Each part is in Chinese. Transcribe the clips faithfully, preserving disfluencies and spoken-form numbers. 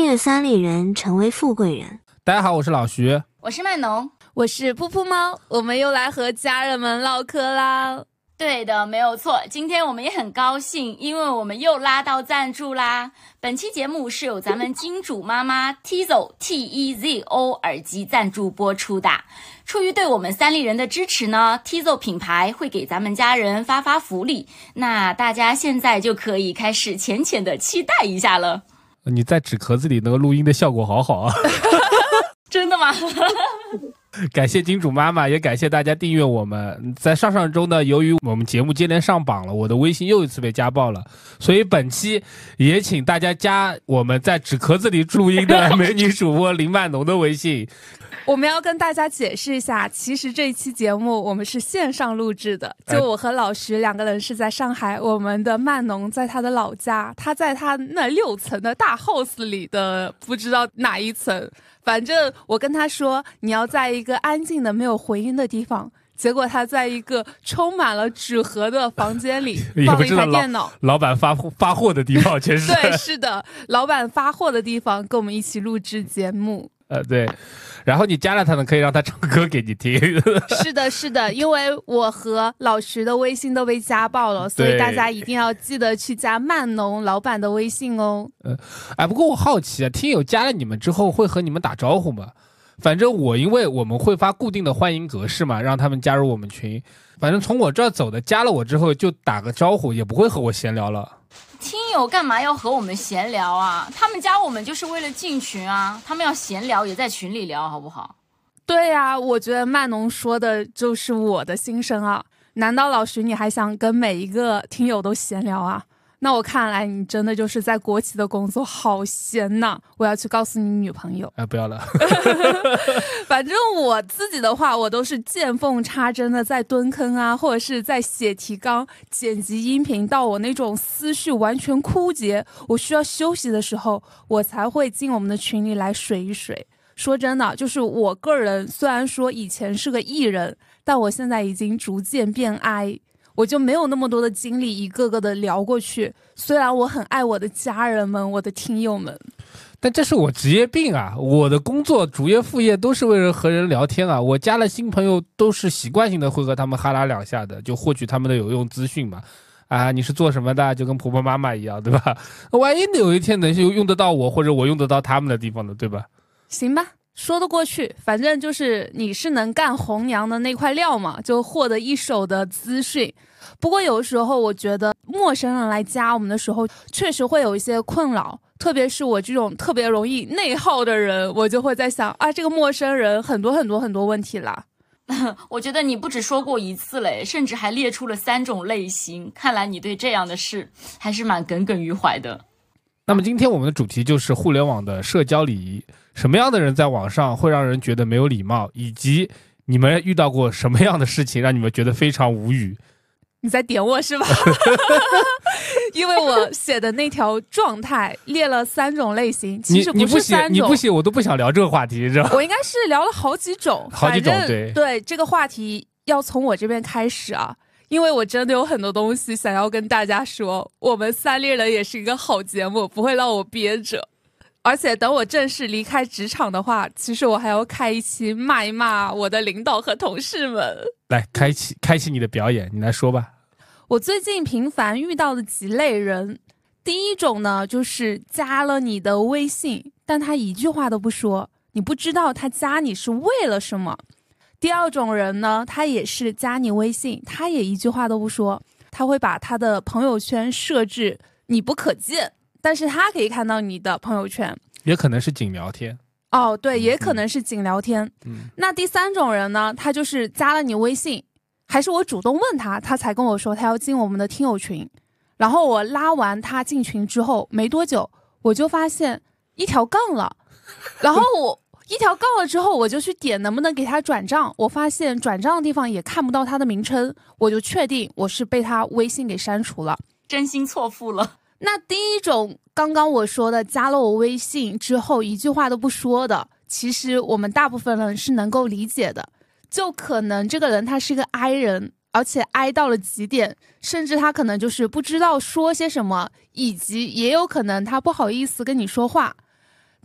越三丽人，成为富贵人。 大家好，我是老徐， 我是曼农， 我是噗噗猫，我们又来和家人们唠嗑啦。 对的，没有错。今天我们也很高兴，因为我们又拉到赞助啦。本期节目是由咱们金主妈妈 Tezo T E Z O 耳机赞助播出的。出于对我们三丽人的支持呢 ，Tezo 品牌会给咱们家人发发福利，那大家现在就可以开始浅浅的期待一下了。 你在纸壳子里那个录音的效果好好啊。 真的吗？ 感谢金主妈妈，也感谢大家订阅我们。在上上周呢，由于我们节目接连上榜了，我的微信又一次被家暴了，所以本期也请大家加我们在纸壳子里录音的美女主播林曼农的微信。 我们要跟大家解释一下，其实这一期节目我们是线上录制的，就我和老徐两个人是在上海，我们的曼农在他的老家，他在他那六层的大 house 里的不知道哪一层，反正我跟他说你要在一个安静的没有回音的地方，结果他在一个充满了纸盒的房间里放了一台电脑， 老, 老板发发货的地方，确实对，是的，老板发货的地方，跟我们一起录制节目。 呃，对，然后你加了他呢，可以让他唱歌给你听。 是的，是的，因为我和老徐的微信都被家暴了，所以大家一定要记得去加曼农老板的微信哦。 呃，哎，不过我好奇啊，听友加了你们之后会和你们打招呼吗？反正我因为我们会发固定的欢迎格式嘛，让他们加入我们群。反正从我这儿走的，加了我之后就打个招呼，也不会和我闲聊了。 听友干嘛要和我们闲聊啊？他们加我们就是为了进群啊，他们要闲聊也在群里聊，好不好？ 对啊，我觉得曼农说的就是我的心声啊。难道老徐你还想跟每一个听友都闲聊啊？那我看来你真的就是在国企的工作好闲呐，我要去告诉你女朋友。 哎，不要了。 反正我自己的话，我都是见缝插针的在蹲坑啊，或者是在写提纲、剪辑音频，到我那种思绪完全枯竭，我需要休息的时候，我才会进我们的群里来水一水。说真的，就是我个人虽然说以前是个艺人，但我现在已经逐渐变 I，我就没有那么多的精力一个个的聊过去，虽然我很爱我的家人们，我的听友们， 但这是我职业病啊！我的工作主业副业都是为了和人聊天啊，我加了新朋友都是习惯性的会和他们哈拉两下的，就获取他们的有用资讯嘛。啊，你是做什么的？就跟婆婆妈妈一样，对吧？万一有一天能用得到我，或者我用得到他们的地方的，对吧？ 行吧，说得过去，反正就是你是能干红娘的那块料嘛，就获得一手的资讯。不过有时候我觉得陌生人来加我们的时候确实会有一些困扰，特别是我这种特别容易内耗的人，我就会在想啊，这个陌生人很多很多很多问题啦。 我觉得你不只说过一次嘞，甚至还列出了三种类型，看来你对这样的事还是蛮耿耿于怀的。 那么今天我们的主题就是互联网的社交礼仪，什么样的人在网上会让人觉得没有礼貌，以及你们遇到过什么样的事情让你们觉得非常无语。 你在点我是吧？因为我写的那条状态列了三种类型，其实不是三种。 你不写，你不写，我都不想聊这个话题，知道吗？ 我应该是聊了好几种， 好几种，对对，这个话题要从我这边开始啊，因为我真的有很多东西想要跟大家说。我们三丽人也是一个好节目，不会让我憋着。而且等我正式离开职场的话，其实我还要开一期骂一骂我的领导和同事们。 来，开启开启你的表演，你来说吧。 我最近频繁遇到的几类人，第一种呢，就是加了你的微信，但他一句话都不说，你不知道他加你是为了什么。第二种人呢，他也是加你微信，他也一句话都不说，他会把他的朋友圈设置你不可见，但是他可以看到你的朋友圈， 也可能是仅聊天。 哦，对，也可能是仅聊天。 嗯， 那第三种人呢，他就是加了你微信，还是我主动问他，他才跟我说他要进我们的听友群。然后我拉完他进群之后没多久，我就发现一条杠了。然后我一条杠了之后，我就去点能不能给他转账，我发现转账的地方也看不到他的名称，我就确定我是被他微信给删除了， 真心错付了。 那第一种刚刚我说的加了我微信之后一句话都不说的，其实我们大部分人是能够理解的，就可能这个人他是一个 I 人，而且 I 到了极点，甚至他可能就是不知道说些什么，以及也有可能他不好意思跟你说话。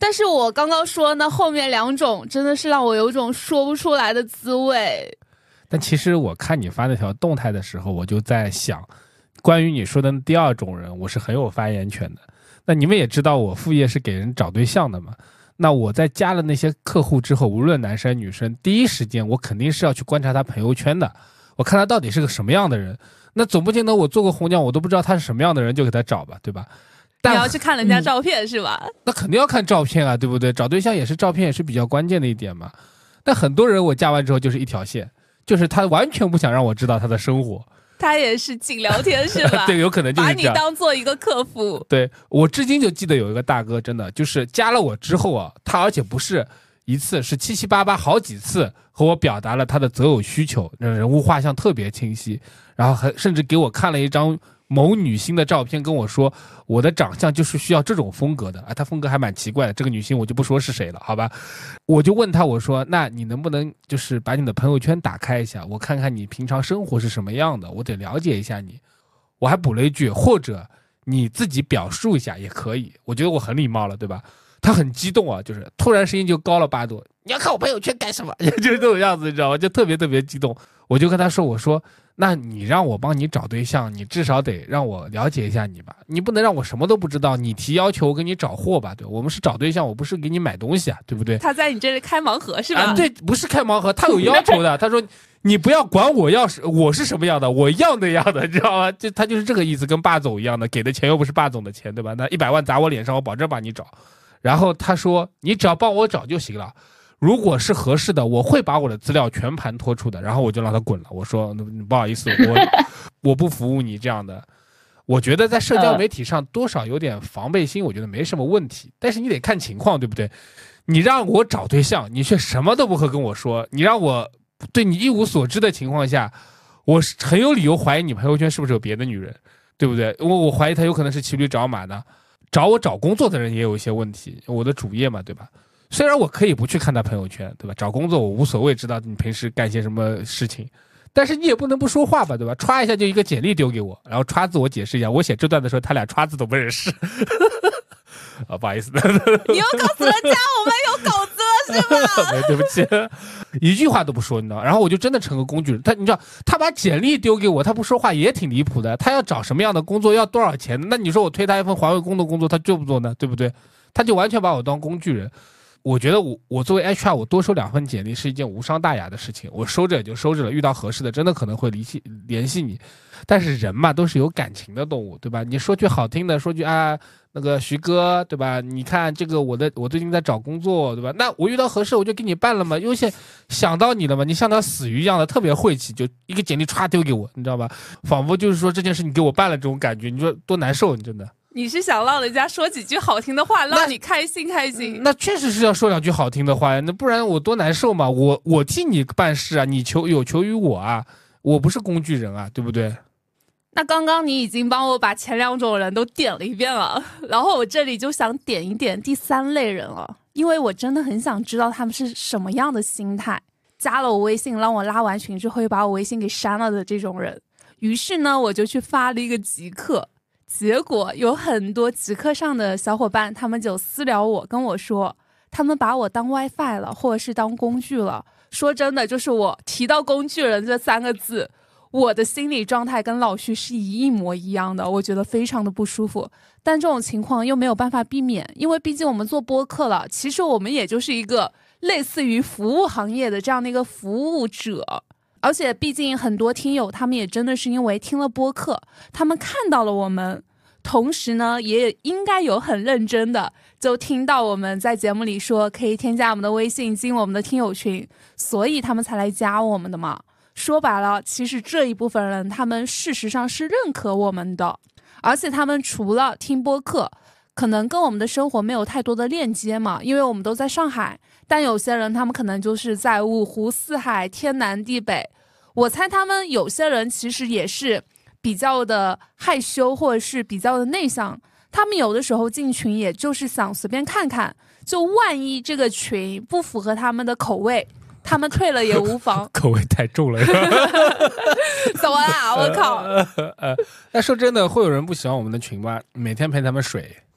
但是我刚刚说呢，后面两种真的是让我有种说不出来的滋味。 但其实我看你发那条动态的时候，我就在想，关于你说的第二种人，我是很有发言权的。那你们也知道我副业是给人找对象的嘛，那我在加了那些客户之后，无论男生女生，第一时间我肯定是要去观察他朋友圈的，我看他到底是个什么样的人。那总不见得我做个红娘我都不知道他是什么样的人就给他找吧，对吧？ 你要去看人家照片、嗯、是吧？ 那肯定要看照片啊，对不对？找对象也是照片也是比较关键的一点嘛。但很多人我加完之后就是一条线，就是他完全不想让我知道他的生活， 他也是仅聊天是吧？ 对，有可能就是这样， 把你当做一个客服。 对，我至今就记得有一个大哥，真的就是加了我之后啊，他而且不是一次，是七七八八好几次和我表达了他的择偶需求，人物画像特别清晰，然后还甚至给我看了一张某女星的照片，跟我说我的长相就是需要这种风格的啊，她风格还蛮奇怪的，这个女星我就不说是谁了，好吧？我就问他，我说那你能不能就是把你的朋友圈打开一下，我看看你平常生活是什么样的，我得了解一下你。我还补了一句，或者你自己表述一下也可以，我觉得我很礼貌了，对吧？他很激动啊，就是突然声音就高了八度，你要看我朋友圈干什么？就是这种样子，你知道吗？就特别特别激动。我就跟他说，我说那你让我帮你找对象，你至少得让我了解一下你吧，你不能让我什么都不知道，你提要求我给你找货吧，对，我们是找对象，我不是给你买东西啊，对不对？ 他在你这里开盲盒是吧？ 啊，对，不是开盲盒，他有要求的。他说你不要管我要是我是什么样的，我要那样的，你知道吗？就他就是这个意思，跟霸总一样的，给的钱又不是霸总的钱，对吧？那一百万砸我脸上，我保证帮你找。然后他说你只要帮我找就行了，如果是合适的，我会把我的资料全盘托出的。然后我就让他滚了，我说不好意思，我我不服务你这样的。我觉得在社交媒体上多少有点防备心，我觉得没什么问题，但是你得看情况，对不对？你让我找对象，你却什么都不会跟我说，你让我对你一无所知的情况下，我很有理由怀疑你朋友圈是不是有别的女人，对不对？因为我怀疑他有可能是骑驴找马呢。找我找工作的人也有一些问题，我的主业嘛，对吧？虽然我可以不去看他朋友圈，对吧？找工作我无所谓，知道你平时干些什么事情，但是你也不能不说话吧，对吧？歘一下就一个简历丢给我，然后歘自我解释一下，我写这段的时候他俩歘字都不认识。啊，不好意思， 你又告诉人家我们有稿子了是吧？ 对不起，一句话都不说，你知道？然后我就真的成个工具人。他，你知道，他把简历丢给我，他不说话也挺离谱的。他要找什么样的工作，要多少钱？那你说我推他一份环卫工的工作，他做不做呢？对不对？他就完全把我当工具人。我觉得我我作为 H R， 我多收两份简历是一件无伤大雅的事情，我收着也就收着了，遇到合适的真的可能会联系联系你。但是人嘛都是有感情的动物，对吧？你说句好听的，说句啊那个徐哥，对吧？你看这个我的我最近在找工作，对吧？那我遇到合适我就给你办了嘛，优先想到你了嘛，你像条死鱼一样的特别晦气，就一个简历歘丢给我，你知道吧？仿佛就是说这件事你给我办了这种感觉，你说多难受，你真的。 你是想让人家说几句好听的话，让你开心开心？ 那确实是要说两句好听的话呀，那不然我多难受嘛！我我替你办事啊，你求有求于我啊，我不是工具人啊，对不对？ 那刚刚你已经帮我把前两种人都点了一遍了，然后我这里就想点一点第三类人了，因为我真的很想知道他们是什么样的心态，加了我微信让我拉完群之后又把我微信给删了的这种人。于是呢，我就去发了一个极客。结果有很多极客上的小伙伴，他们就私聊我，跟我说他们把我当 WiFi 了，或者是当工具了。说真的，就是我提到工具人这三个字，我的心理状态跟老徐是一模一样的，我觉得非常的不舒服。但这种情况又没有办法避免，因为毕竟我们做播客了，其实我们也就是一个类似于服务行业的这样的一个服务者。而且毕竟很多听友他们也真的是因为听了播客，他们看到了我们，同时呢也应该有很认真的就听到我们在节目里说可以添加我们的微信进我们的听友群，所以他们才来加我们的嘛。说白了，其实这一部分人他们事实上是认可我们的，而且他们除了听播客可能跟我们的生活没有太多的链接嘛，因为我们都在上海，但有些人他们可能就是在五湖四海天南地北，我猜他们有些人其实也是比较的害羞或者是比较的内向，他们有的时候进群也就是想随便看看，就万一这个群不符合他们的口味，他们退了也无妨。 口味太重了怎么啦我靠。 呃呃，那说真的，会有人不喜欢我们的群吗？每天陪他们水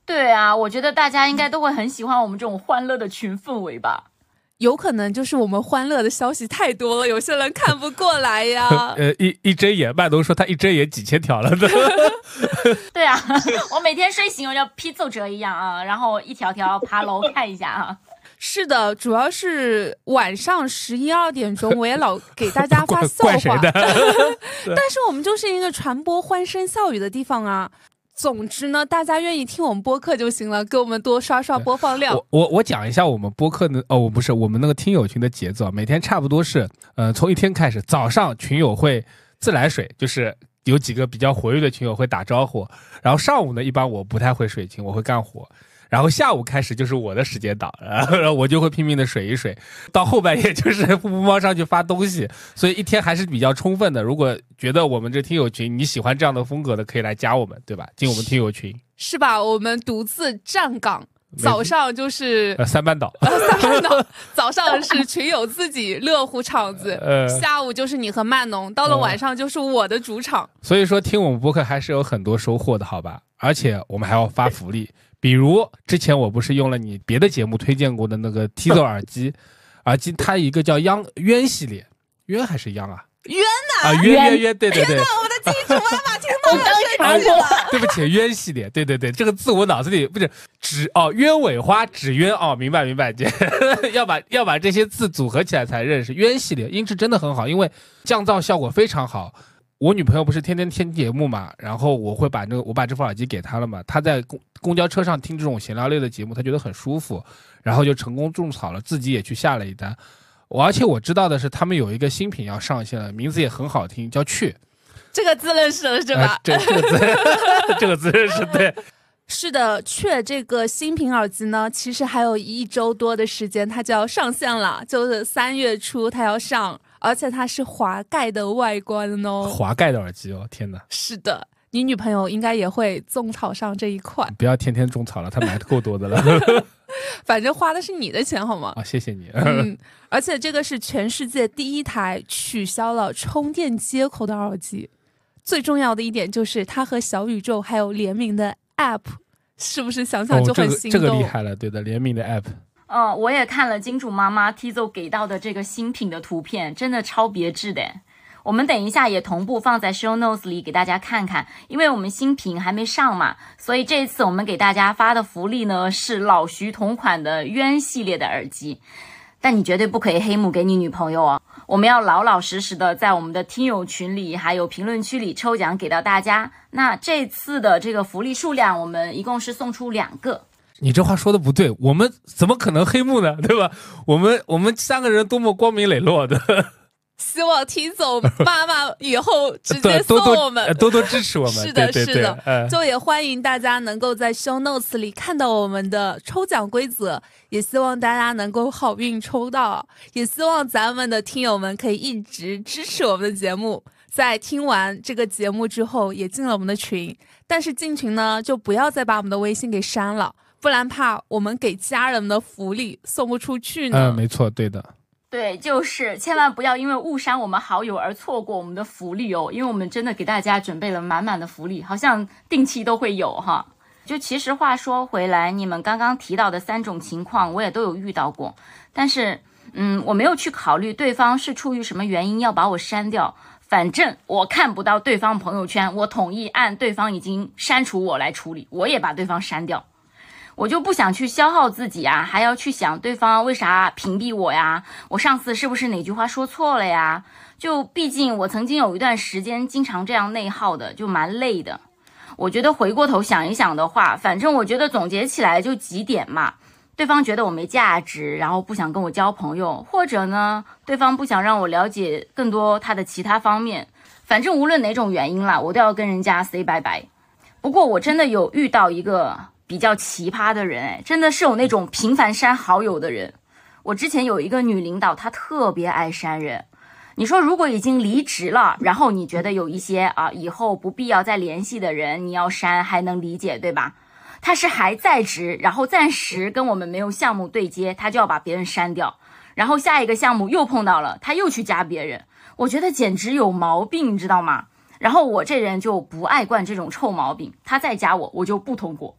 对啊，我觉得大家应该都会很喜欢我们这种欢乐的群氛围吧。 有可能就是我们欢乐的消息太多了，有些人看不过来呀。 呃，一一睁眼，麦农说他一睁眼几千条了的。 对啊，我每天睡醒我就批奏折一样啊，然后一条条爬楼看一下啊。 是的，主要是晚上十一二点钟，我也老给大家发笑话。但是我们就是一个传播欢声笑语的地方啊。总之呢，大家愿意听我们播客就行了，给我们多刷刷播放量。 我我我讲一下我们播客的哦，我不是我们那个听友群的节奏，每天差不多是，呃，从一天开始，早上群友会自来水，就是有几个比较活跃的群友会打招呼，然后上午呢，一般我不太会水群，我会干活。然后下午开始就是我的时间档，然后我就会拼命的水一水，到后半夜就是噗噗猫上去发东西，所以一天还是比较充分的。如果觉得我们这听友群你喜欢这样的风格的，可以来加我们，对吧？进我们听友群是吧？我们独自站岗，早上就是呃三班倒， 呃、三班倒，早上是群友自己热乎场子，呃、下午就是你和曼农，到了晚上就是我的主场。 呃、所以说听我们播客还是有很多收获的，好吧？而且我们还要发福利。比如之前我不是用了你别的节目推荐过的那个 Tizo 耳机，耳机它一个叫央渊系列，渊还是央啊？ 渊呐、 啊，渊渊渊，对对对， 我的金主妈妈听到了，睡着了。 对不起，渊系列，对对对，这个字我脑子里不是纸哦，鸢尾花纸鸢哦，明白明白，要把要把这些字组合起来才认识。渊系列音质真的很好，因为降噪效果非常好。我女朋友不是天天听节目嘛，然后我会把那个我把这副耳机给她了嘛，她在公公交车上听这种闲聊类的节目，她觉得很舒服，然后就成功种草了，自己也去下了一单。我而且我知道的是，他们有一个新品要上线了，名字也很好听，叫雀。 这个字认识了是吧？ 呃、这这个字，这个字认识对。 是的，雀这个新品耳机呢，其实还有一周多的时间，它就要上线了，就是三月初它要上。而且它是滑盖的外观哦， 滑盖的耳机哦，天哪！ 是的，你女朋友应该也会种草上这一款。 不要天天种草了，她买的够多的了。 反正花的是你的钱好吗？ 啊，谢谢你。 嗯，而且这个是全世界第一台取消了充电接口的耳机。最重要的一点就是它和小宇宙还有联名的 App， 是不是想想就很心动？ 哦、这个这个厉害了，对的，联名的 App。 嗯，我也看了金主妈妈 Tizo 给到的这个新品的图片，真的超别致的。我们等一下也同步放在 show notes 里给大家看看，因为我们新品还没上嘛，所以这次我们给大家发的福利呢是老徐同款的渊系列的耳机。但你绝对不可以黑幕给你女朋友哦，我们要老老实实的在我们的听友群里还有评论区里抽奖给到大家。那这次的这个福利数量我们一共是送出两个。 你这话说的不对，我们怎么可能黑幕呢？对吧？我们我们三个人多么光明磊落的。 希望Tizo妈妈以后直接送我们， 多多, 多, 多支持我们。 是的， 对对对是的、 嗯。 就也欢迎大家能够在 show notes 里看到我们的抽奖规则，也希望大家能够好运抽到，也希望咱们的听友们可以一直支持我们的节目。在听完这个节目之后，也进了我们的群，但是进群呢，就不要再把我们的微信给删了。不然怕我们给家人的福利送不出去呢。 嗯，没错，对的。 对，就是千万不要因为误删我们好友而错过我们的福利哦，因为我们真的给大家准备了满满的福利，好像定期都会有哈。就其实话说回来，你们刚刚提到的三种情况我也都有遇到过，但是嗯，我没有去考虑对方是出于什么原因要把我删掉。反正我看不到对方朋友圈，我统一按对方已经删除我来处理，我也把对方删掉。我就不想去消耗自己啊，还要去想对方为啥屏蔽我呀，我上次是不是哪句话说错了呀，就毕竟我曾经有一段时间经常这样内耗的，就蛮累的。我觉得回过头想一想的话，反正我觉得总结起来就几点嘛，对方觉得我没价值，然后不想跟我交朋友，或者呢对方不想让我了解更多他的其他方面，反正无论哪种原因啦，我都要跟人家 say 拜拜。不过我真的有遇到一个比较奇葩的人，哎，真的是有那种频繁删好友的人。我之前有一个女领导，她特别爱删人。你说如果已经离职了，然后你觉得有一些啊以后不必要再联系的人，你要删还能理解，对吧？她是还在职，然后暂时跟我们没有项目对接，她就要把别人删掉，然后下一个项目又碰到了，她又去加别人。我觉得简直有毛病，你知道吗？然后我这人就不爱惯这种臭毛病，她再加我，我就不通过。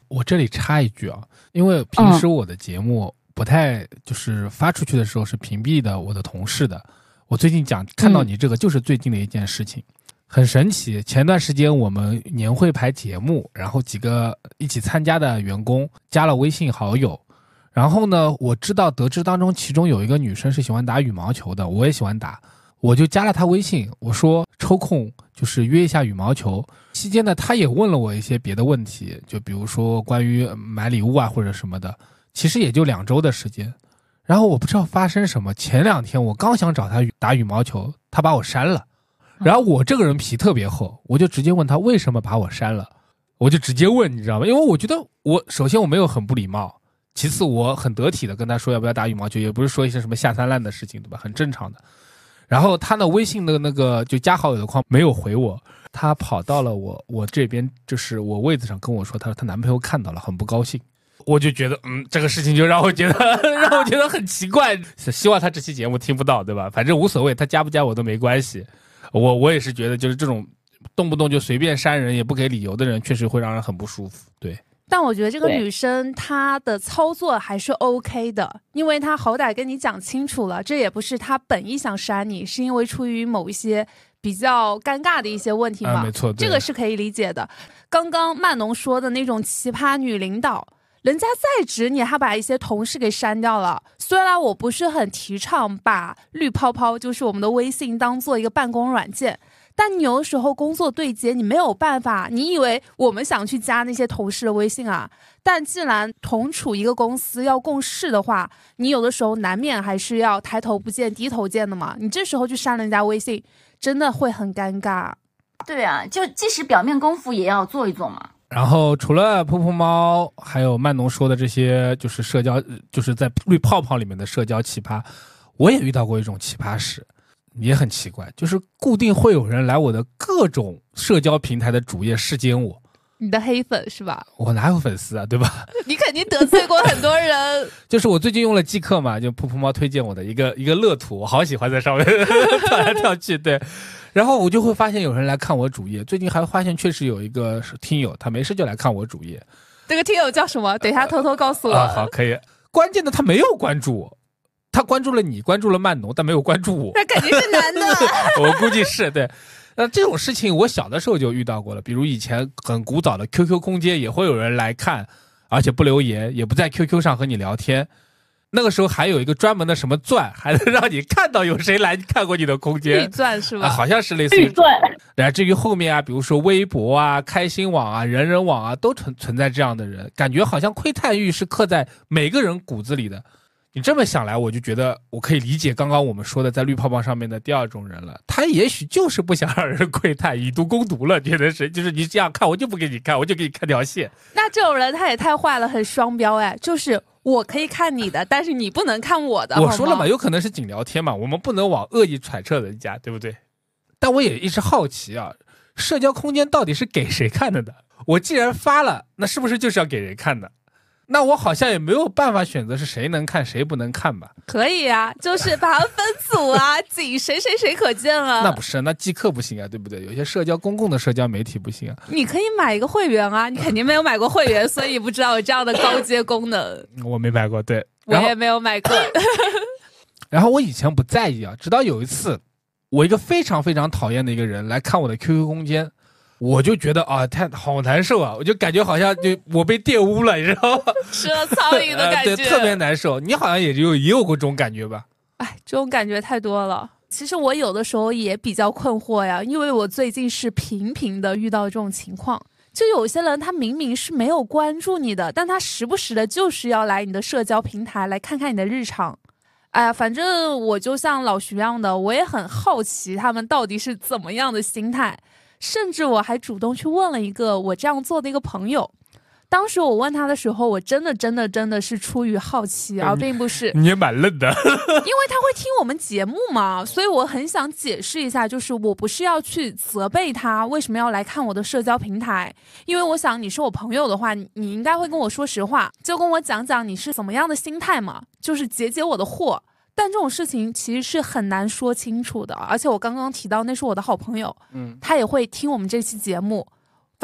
我这里插一句啊，因为平时我的节目不太就是发出去的时候是屏蔽的我的同事的。我最近讲看到你这个就是最近的一件事情，嗯、很神奇。前段时间我们年会排节目，然后几个一起参加的员工加了微信好友，然后呢，我知道得知当中其中有一个女生是喜欢打羽毛球的，我也喜欢打，我就加了她微信，我说抽空就是约一下羽毛球。期间呢，她也问了我一些别的问题，就比如说关于买礼物啊或者什么的，其实也就两周的时间。然后我不知道发生什么，前两天我刚想找她打羽毛球，她把我删了。然后我这个人皮特别厚，我就直接问她为什么把我删了，我就直接问，你知道吗？因为我觉得我首先我没有很不礼貌，其次我很得体的跟她说要不要打羽毛球，也不是说一些什么下三滥的事情，对吧？很正常的。然后她的微信的那个就加好友的框没有回我，她跑到了我我这边，就是我位子上跟我说，她说她男朋友看到了，很不高兴。我就觉得，嗯，这个事情就让我觉得让我觉得很奇怪。希望他这期节目听不到，对吧？反正无所谓，他加不加我都没关系。我我也是觉得，就是这种动不动就随便删人也不给理由的人，确实会让人很不舒服。对。 但我觉得这个女生她的操作还是 OK 的，因为她好歹跟你讲清楚了，这也不是她本意想删你，是因为出于某一些比较尴尬的一些问题嘛。 啊、没错， 这个是可以理解的。刚刚曼农说的那种奇葩女领导。人家在职你还把一些同事给删掉了，虽然我不是很提倡把绿泡泡就是我们的微信当做一个办公软件，但你有的时候工作对接你没有办法，你以为我们想去加那些同事的微信啊？但既然同处一个公司要共事的话，你有的时候难免还是要抬头不见低头见的嘛，你这时候去删人家微信真的会很尴尬。 对啊，就即使表面功夫也要做一做嘛。 然后除了噗噗猫还有曼农说的这些就是社交，就是在绿泡泡里面的社交奇葩，我也遇到过一种奇葩事，也很奇怪，就是固定会有人来我的各种社交平台的主页视奸我。 你的黑粉是吧？ 我哪有粉丝啊，对吧？ 你肯定得罪过很多人。 就是我最近用了即刻嘛，就噗噗猫推荐我的一个一个乐图，我好喜欢在上面跳来跳去，对。然后我就会发现有人来看我主页，最近还发现确实有一个听友，他没事就来看我主页。 这个听友叫什么？等一下偷偷告诉我。 啊，好，可以。关键的他没有关注我，他关注了你，关注了曼农，但没有关注我。 那肯定是男的。 我估计是对。那这种事情我小的时候就遇到过了，比如以前很古早的 Q Q 空间也会有人来看，而且不留言，也不在 Q Q 上和你聊天。那个时候还有一个专门的什么钻，还能让你看到有谁来看过你的空间。 绿钻是吧？ 啊，好像是类似于绿钻。然后至于后面啊，比如说微博啊、开心网啊、人人网啊，都存存在这样的人，感觉好像窥探欲是刻在每个人骨子里的。你这么想来，我就觉得我可以理解刚刚我们说的在绿泡泡上面的第二种人了。他也许就是不想让人窥探，以毒攻毒了，觉得是，就是你这样看，我就不给你看，我就给你看条线。 那这种人他也太坏了，很双标哎，就是我可以看你的，但是你不能看我的。 我说了嘛，有可能是仅聊天嘛，我们不能往恶意揣测人家，对不对？但我也一直好奇啊，社交空间到底是给谁看的呢？我既然发了，那是不是就是要给人看的？那我好像也没有办法选择是谁能看谁不能看吧？ 可以啊，就是把它分组啊，仅谁谁谁可见啊。 那不是，那即刻不行啊，对不对？有些社交公共的社交媒体不行啊。 你可以买一个会员啊，你肯定没有买过会员，所以不知道有这样的高阶功能。 我没买过，对， 我也没有买过。 然后我以前不在意啊，直到有一次，我一个非常非常讨厌的一个人来看我的 Q Q 空间。我就觉得啊，太好难受啊！我就感觉好像就我被玷污了，你知道吗？ 吃了苍蝇的感觉、 呃，对，特别难受。你好像也有也有过这种感觉吧？ 哎，这种感觉太多了。其实我有的时候也比较困惑呀，因为我最近是频频的遇到这种情况。就有些人他明明是没有关注你的，但他时不时的就是要来你的社交平台来看看你的日常。哎呀，反正我就像老徐一样的，我也很好奇他们到底是怎么样的心态。甚至我还主动去问了一个我这样做的一个朋友，当时我问他的时候，我真的真的真的是出于好奇，而并不是你也蛮愣的， 因为他会听我们节目嘛，所以我很想解释一下，就是我不是要去责备他为什么要来看我的社交平台，因为我想你是我朋友的话，你应该会跟我说实话，就跟我讲讲你是怎么样的心态嘛，就是解解我的惑。但这种事情其实是很难说清楚的，而且我刚刚提到那是我的好朋友，嗯，他也会听我们这期节目，反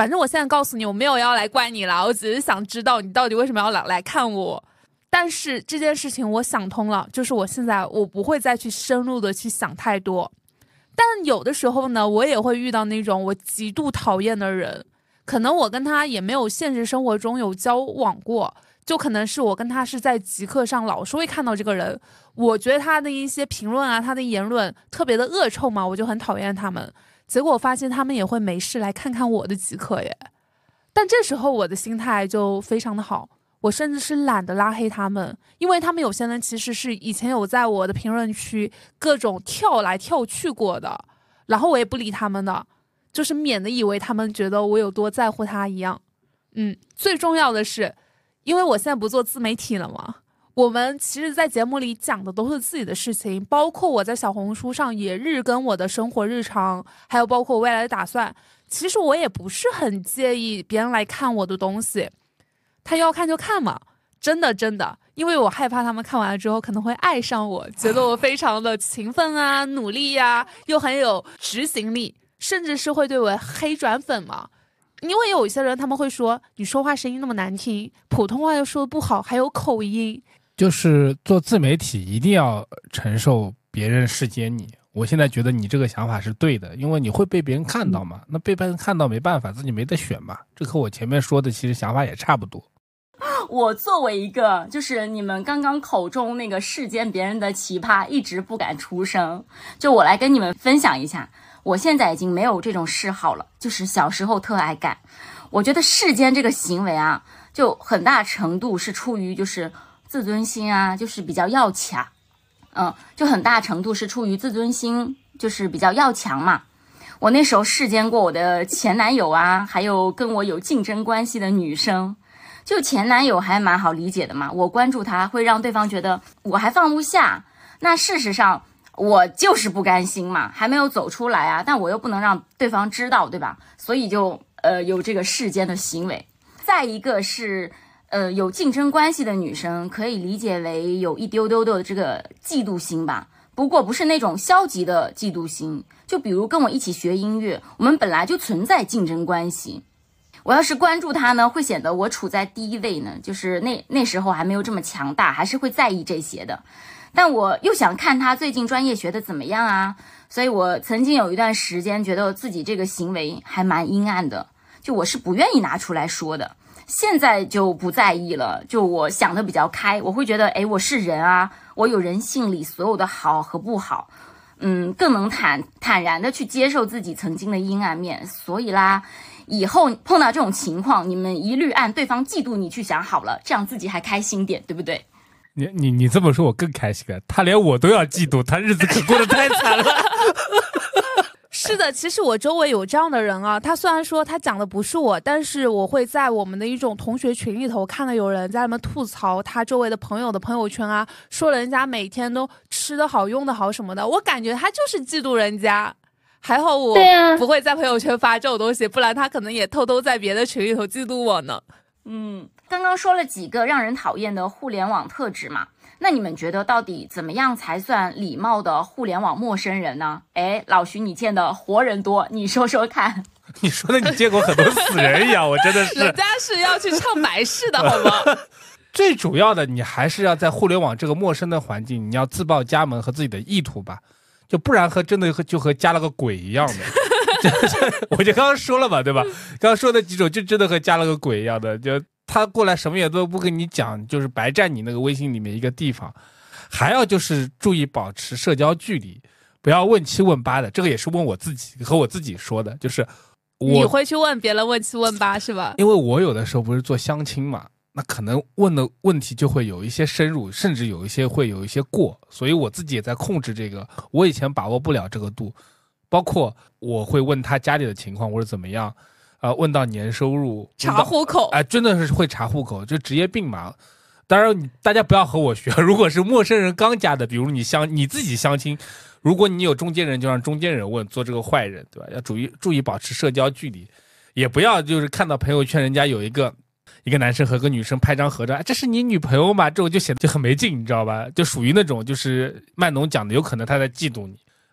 反正我现在告诉你，我没有要来怪你啦，我只是想知道你到底为什么要来来看我。但是这件事情我想通了，就是我现在我不会再去深入的去想太多。但有的时候呢，我也会遇到那种我极度讨厌的人，可能我跟他也没有现实生活中有交往过，就可能是我跟他是在极客上老是会看到这个人，我觉得他的一些评论啊，他的言论特别的恶臭嘛，我就很讨厌他们。结果我发现他们也会没事来看看我的极客耶。但这时候我的心态就非常的好，我甚至是懒得拉黑他们，因为他们有些人其实是以前有在我的评论区各种跳来跳去过的，然后我也不理他们的，就是免得以为他们觉得我有多在乎他一样。嗯，最重要的是，因为我现在不做自媒体了嘛，我们其实在节目里讲的都是自己的事情，包括我在小红书上也日更我的生活日常，还有包括未来的打算。其实我也不是很介意别人来看我的东西，他要看就看嘛，真的真的，因为我害怕他们看完了之后可能会爱上我，觉得我非常的勤奋啊、努力呀、啊，又很有执行力，甚至是会对我黑转粉嘛。因为有一些人他们会说你说话声音那么难听，普通话又说的不好，还有口音。 就是做自媒体一定要承受别人视奸你，我现在觉得你这个想法是对的，因为你会被别人看到嘛，那被别人看到没办法，自己没得选嘛，这和我前面说的其实想法也差不多。 我作为一个就是你们刚刚口中那个世间别人的奇葩，一直不敢出声，就我来跟你们分享一下，我现在已经没有这种嗜好了，就是小时候特爱干。我觉得世间这个行为啊，就很大程度是出于就是自尊心啊，就是比较要强，嗯，就很大程度是出于自尊心，就是比较要强嘛。我那时候世间过我的前男友啊，还有跟我有竞争关系的女生。就前男友还蛮好理解的嘛，我关注他会让对方觉得我还放不下，那事实上我就是不甘心嘛，还没有走出来啊，但我又不能让对方知道，对吧？所以就呃有这个世间的行为。再一个是呃有竞争关系的女生可以理解为有一丢丢的这个嫉妒心吧，不过不是那种消极的嫉妒心，就比如跟我一起学音乐，我们本来就存在竞争关系，我要是关注他呢，会显得我处在低位呢，就是那那时候还没有这么强大，还是会在意这些的。但我又想看他最近专业学的怎么样啊，所以我曾经有一段时间觉得自己这个行为还蛮阴暗的，就我是不愿意拿出来说的。现在就不在意了，就我想的比较开，我会觉得，哎，我是人啊，我有人性里所有的好和不好，嗯，更能坦坦然的去接受自己曾经的阴暗面。所以啦，以后碰到这种情况，你们一律按对方嫉妒你去想好了，这样自己还开心点，对不对？ 你你你这么说我更开心了，他连我都要嫉妒，他日子可过得太惨了。 是的，其实我周围有这样的人啊，他虽然说他讲的不是我，但是我会在我们的一种同学群里头看到有人在那边吐槽他周围的朋友的朋友圈啊，说人家每天都吃得好用得好什么的，我感觉他就是嫉妒人家。还好我不会在朋友圈发这种东西，不然他可能也偷偷在别的群里头嫉妒我呢。 嗯，刚刚说了几个让人讨厌的互联网特质嘛，那你们觉得到底怎么样才算礼貌的互联网陌生人呢？哎，老徐你见的活人多，你说说看。 你说的你见过很多死人一样，我真的是。 人家是要去唱白事的好吗？ 最主要的，你还是要在互联网这个陌生的环境，你要自报家门和自己的意图吧，就不然和真的就和加了个鬼一样的。我就刚刚说了嘛，对吧？刚刚说的几种就真的和加了个鬼一样的，就他过来什么也都不跟你讲，就是白占你那个微信里面一个地方。还要就是注意保持社交距离，不要问七问八的。这个也是问我自己和我自己说的，就是我你会去问别人问七问八是吧？ 因为我有的时候不是做相亲嘛，那可能问的问题就会有一些深入，甚至有一些会有一些过，所以我自己也在控制这个。我以前把握不了这个度，包括我会问他家里的情况或者怎么样，呃，问到年收入， 查户口， 哎、呃，真的是会查户口，就职业病嘛。当然，大家不要和我学。如果是陌生人刚加的，比如你相你自己相亲，如果你有中间人，就让中间人问，做这个坏人，对吧？要注意注意保持社交距离，也不要就是看到朋友圈人家有一个一个男生和个女生拍张合照，这是你女朋友吗？这种就显得就很没劲，你知道吧？就属于那种就是卖农讲的，有可能他在嫉妒你。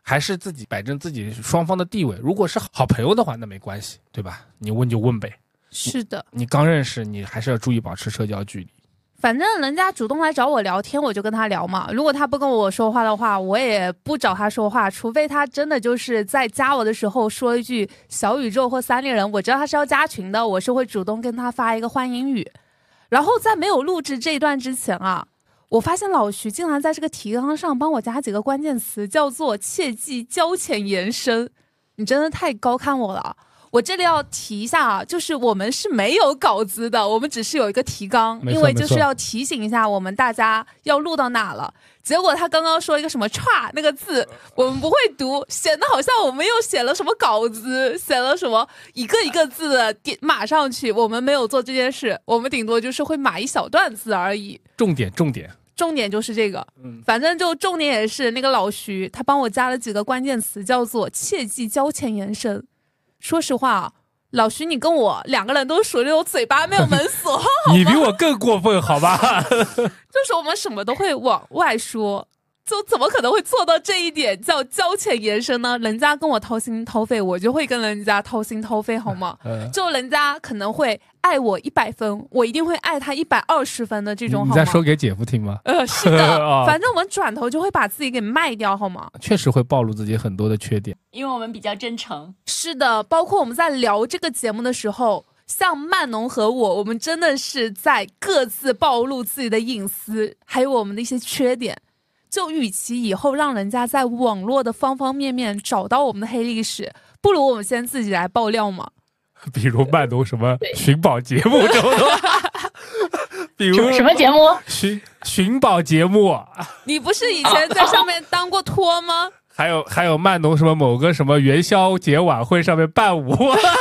还是自己摆正自己双方的地位。如果是好朋友的话，那没关系，对吧？你问就问呗。 是的， 你刚认识，你还是要注意保持社交距离。 反正人家主动来找我聊天，我就跟他聊嘛。如果他不跟我说话的话，我也不找他说话，除非他真的就是在加我的时候说一句小宇宙或三丽人，我知道他是要加群的，我是会主动跟他发一个欢迎语。然后在没有录制这一段之前啊，我发现老徐竟然在这个提纲上帮我加几个关键词，叫做切记交浅言深。你真的太高看我了。我这里要提一下啊，就是我们是没有稿子的，我们只是有一个提纲，因为就是要提醒一下我们大家要录到哪了。结果他刚刚说一个什么歘那个字，我们不会读，显得好像我们又写了什么稿子，写了什么一个一个字的点码上去。我们没有做这件事，我们顶多就是会码一小段字而已。 重点重点重点就是这个，嗯，反正就重点也是那个老徐，他帮我加了几个关键词，叫做切记交浅言深。说实话，老徐，你跟我两个人都属于那种嘴巴没有门锁， 你比我更过分，好吧？ 就是我们什么都会往外说，就怎么可能会做到这一点叫交浅言深呢？人家跟我掏心掏肺，我就会跟人家掏心掏肺，好吗？嗯、就人家可能会爱我一百分，我一定会爱他一百二十分的这种，好吗？ 你在说给姐夫听吗？ 呃，是的，哦、反正我们转头就会把自己给卖掉，好吗？ 确实会暴露自己很多的缺点， 因为我们比较真诚。 是的，包括我们在聊这个节目的时候，像曼农和我，我们真的是在各自暴露自己的隐私，还有我们的一些缺点。就与其以后让人家在网络的方方面面找到我们的黑历史，不如我们先自己来爆料嘛。 比如曼农什么寻宝节目这种的，比如什么节目？ 寻寻宝节目。 你不是以前在上面当过托吗？ 还有还有曼农什么某个什么元宵节晚会上面伴舞。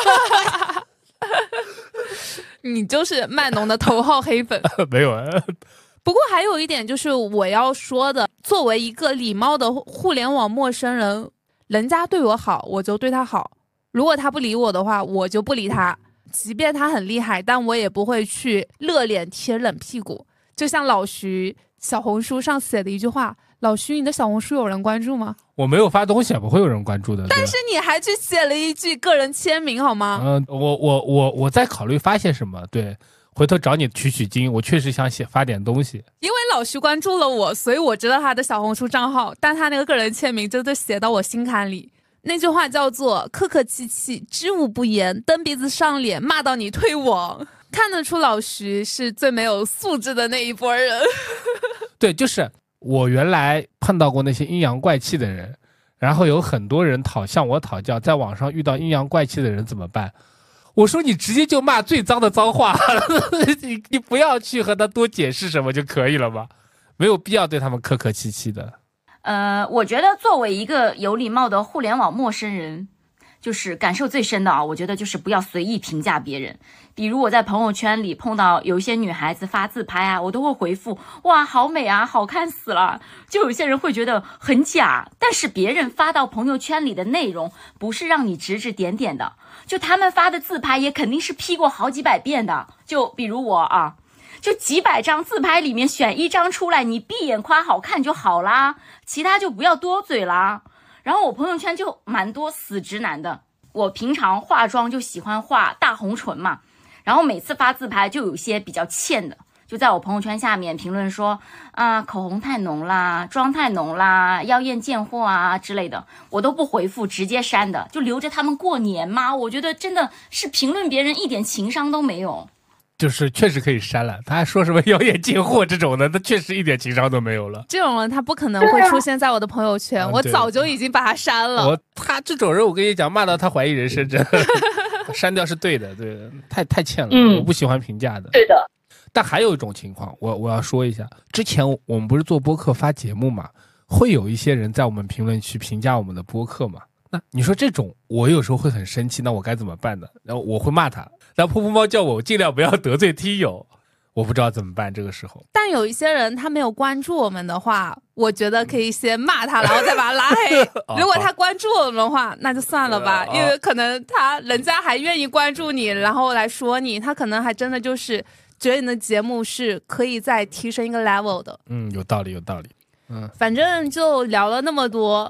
你就是曼农的头号黑粉。 没有。 不过还有一点就是我要说的，作为一个礼貌的互联网陌生人，人家对我好我就对他好，如果他不理我的话我就不理他，即便他很厉害，但我也不会去热脸贴冷屁股。就像老徐小红书上写的一句话，老徐你的小红书有人关注吗？ 我没有发东西不会有人关注的， 但是你还去写了一句个人签名好吗？ 嗯、呃，我我我我在考虑发些什么，对，回头找你取取经，我确实想写发点东西。 因为老徐关注了我，所以我知道他的小红书账号，但他那个个人签名真的写到我心坎里。那句话叫做客客气气，知无不言，蹬鼻子上脸，骂到你退网。看得出老徐是最没有素质的那一波人。 对，就是我原来碰到过那些阴阳怪气的人，然后有很多人讨向我讨教，在网上遇到阴阳怪气的人怎么办？我说你直接就骂最脏的脏话，你你不要去和他多解释什么就可以了吧？没有必要对他们客客气气的。 呃，我觉得作为一个有礼貌的互联网陌生人，就是感受最深的啊，我觉得就是不要随意评价别人。比如我在朋友圈里碰到有一些女孩子发自拍啊，我都会回复哇好美啊，好看死了。就有些人会觉得很假，但是别人发到朋友圈里的内容不是让你指指点点的，就他们发的自拍也肯定是 P 过好几百遍的。就比如我啊，就几百张自拍里面选一张出来，你闭眼夸好看就好啦，其他就不要多嘴啦。然后我朋友圈就蛮多死直男的，我平常化妆就喜欢画大红唇嘛，然后每次发自拍就有一些比较欠的，就在我朋友圈下面评论说啊口红太浓啦，妆太浓啦，妖艳贱货啊之类的，我都不回复，直接删的，就留着他们过年嘛。我觉得真的是评论别人一点情商都没有。 就是确实可以删了，他还说什么妖艳贱货这种的，他确实一点情商都没有了。 这种人他不可能会出现在我的朋友圈，啊、我早就已经把他删了。 我他这种人，我跟你讲，骂到他怀疑人生，真的删掉是对的，对的，太太欠了、嗯，我不喜欢评价的。 对的。 但还有一种情况，我我要说一下，之前我们不是做播客发节目嘛，会有一些人在我们评论区评价我们的播客嘛。那你说这种，我有时候会很生气，那我该怎么办呢？然后我会骂他。然后噗噗猫叫我尽量不要得罪听友，我不知道怎么办这个时候。 但有一些人他没有关注我们的话，我觉得可以先骂他，然后再把他拉黑。如果他关注我们的话，那就算了吧，因为可能他人家还愿意关注你，然后来说你，他可能还真的就是觉得你的节目是可以再提升一个 level 的。 嗯，有道理，有道理。嗯， 反正就聊了那么多。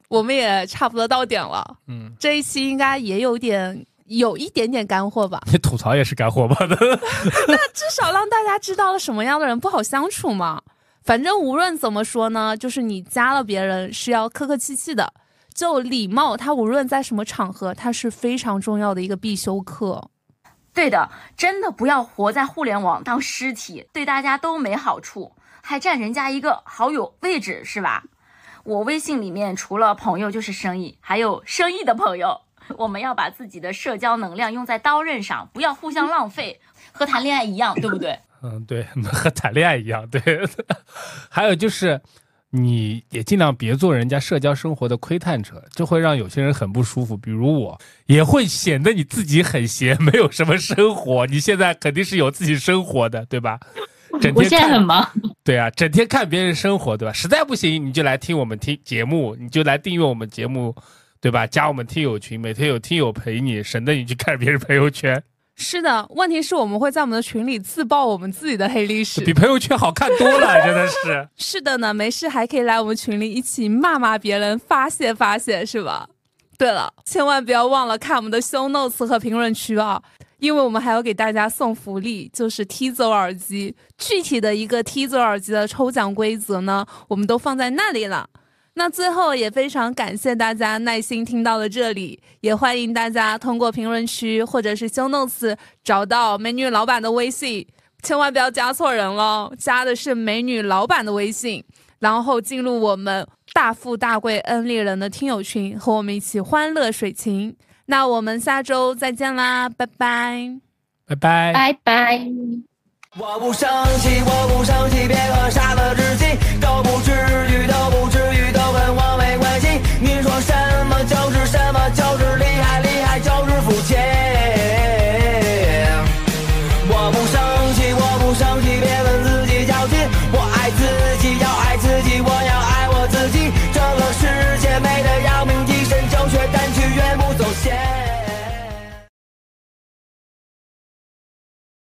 我们也差不多到点了。 嗯， 这一期应该也有点有一点点干货吧？ 你吐槽也是干货吧的。 那至少让大家知道了什么样的人不好相处嘛。反正无论怎么说呢，就是你加了别人是要客客气气的，就礼貌，它无论在什么场合，它是非常重要的一个必修课。 对的，真的不要活在互联网当尸体，对大家都没好处，还占人家一个好友位置，是吧？我微信里面除了朋友就是生意，还有生意的朋友。我们要把自己的社交能量用在刀刃上，不要互相浪费，和谈恋爱一样，对不对？ 嗯，对，和谈恋爱一样，对。还有就是，你也尽量别做人家社交生活的窥探者，这会让有些人很不舒服。比如我，也会显得你自己很闲，没有什么生活。你现在肯定是有自己生活的，对吧？整天我现在很忙。 对啊，整天看别人生活，对吧？实在不行，你就来听我们听节目，你就来订阅我们节目，对吧？加我们听友群，每天有听友陪你，省得你去看别人朋友圈。 是的，问题是我们会在我们的群里自曝我们自己的黑历史， 比朋友圈好看多了，真的是。 是的呢，没事还可以来我们群里一起骂骂别人，发泄发泄，是吧？对了，千万不要忘了看我们的 show notes 和评论区啊，因为我们还要给大家送福利，就是 T 走耳机。具体的一个 T 走耳机的抽奖规则呢，我们都放在那里了。那最后也非常感谢大家耐心听到了这里，也欢迎大家通过评论区或者是 show notes 找到美女老板的微信，千万不要加错人了，加的是美女老板的微信，然后进入我们大富大贵恩利人的听友群，和我们一起欢乐水情。那我们下周再见啦，拜拜， 拜拜， 拜拜。 我不生气，我不生气，别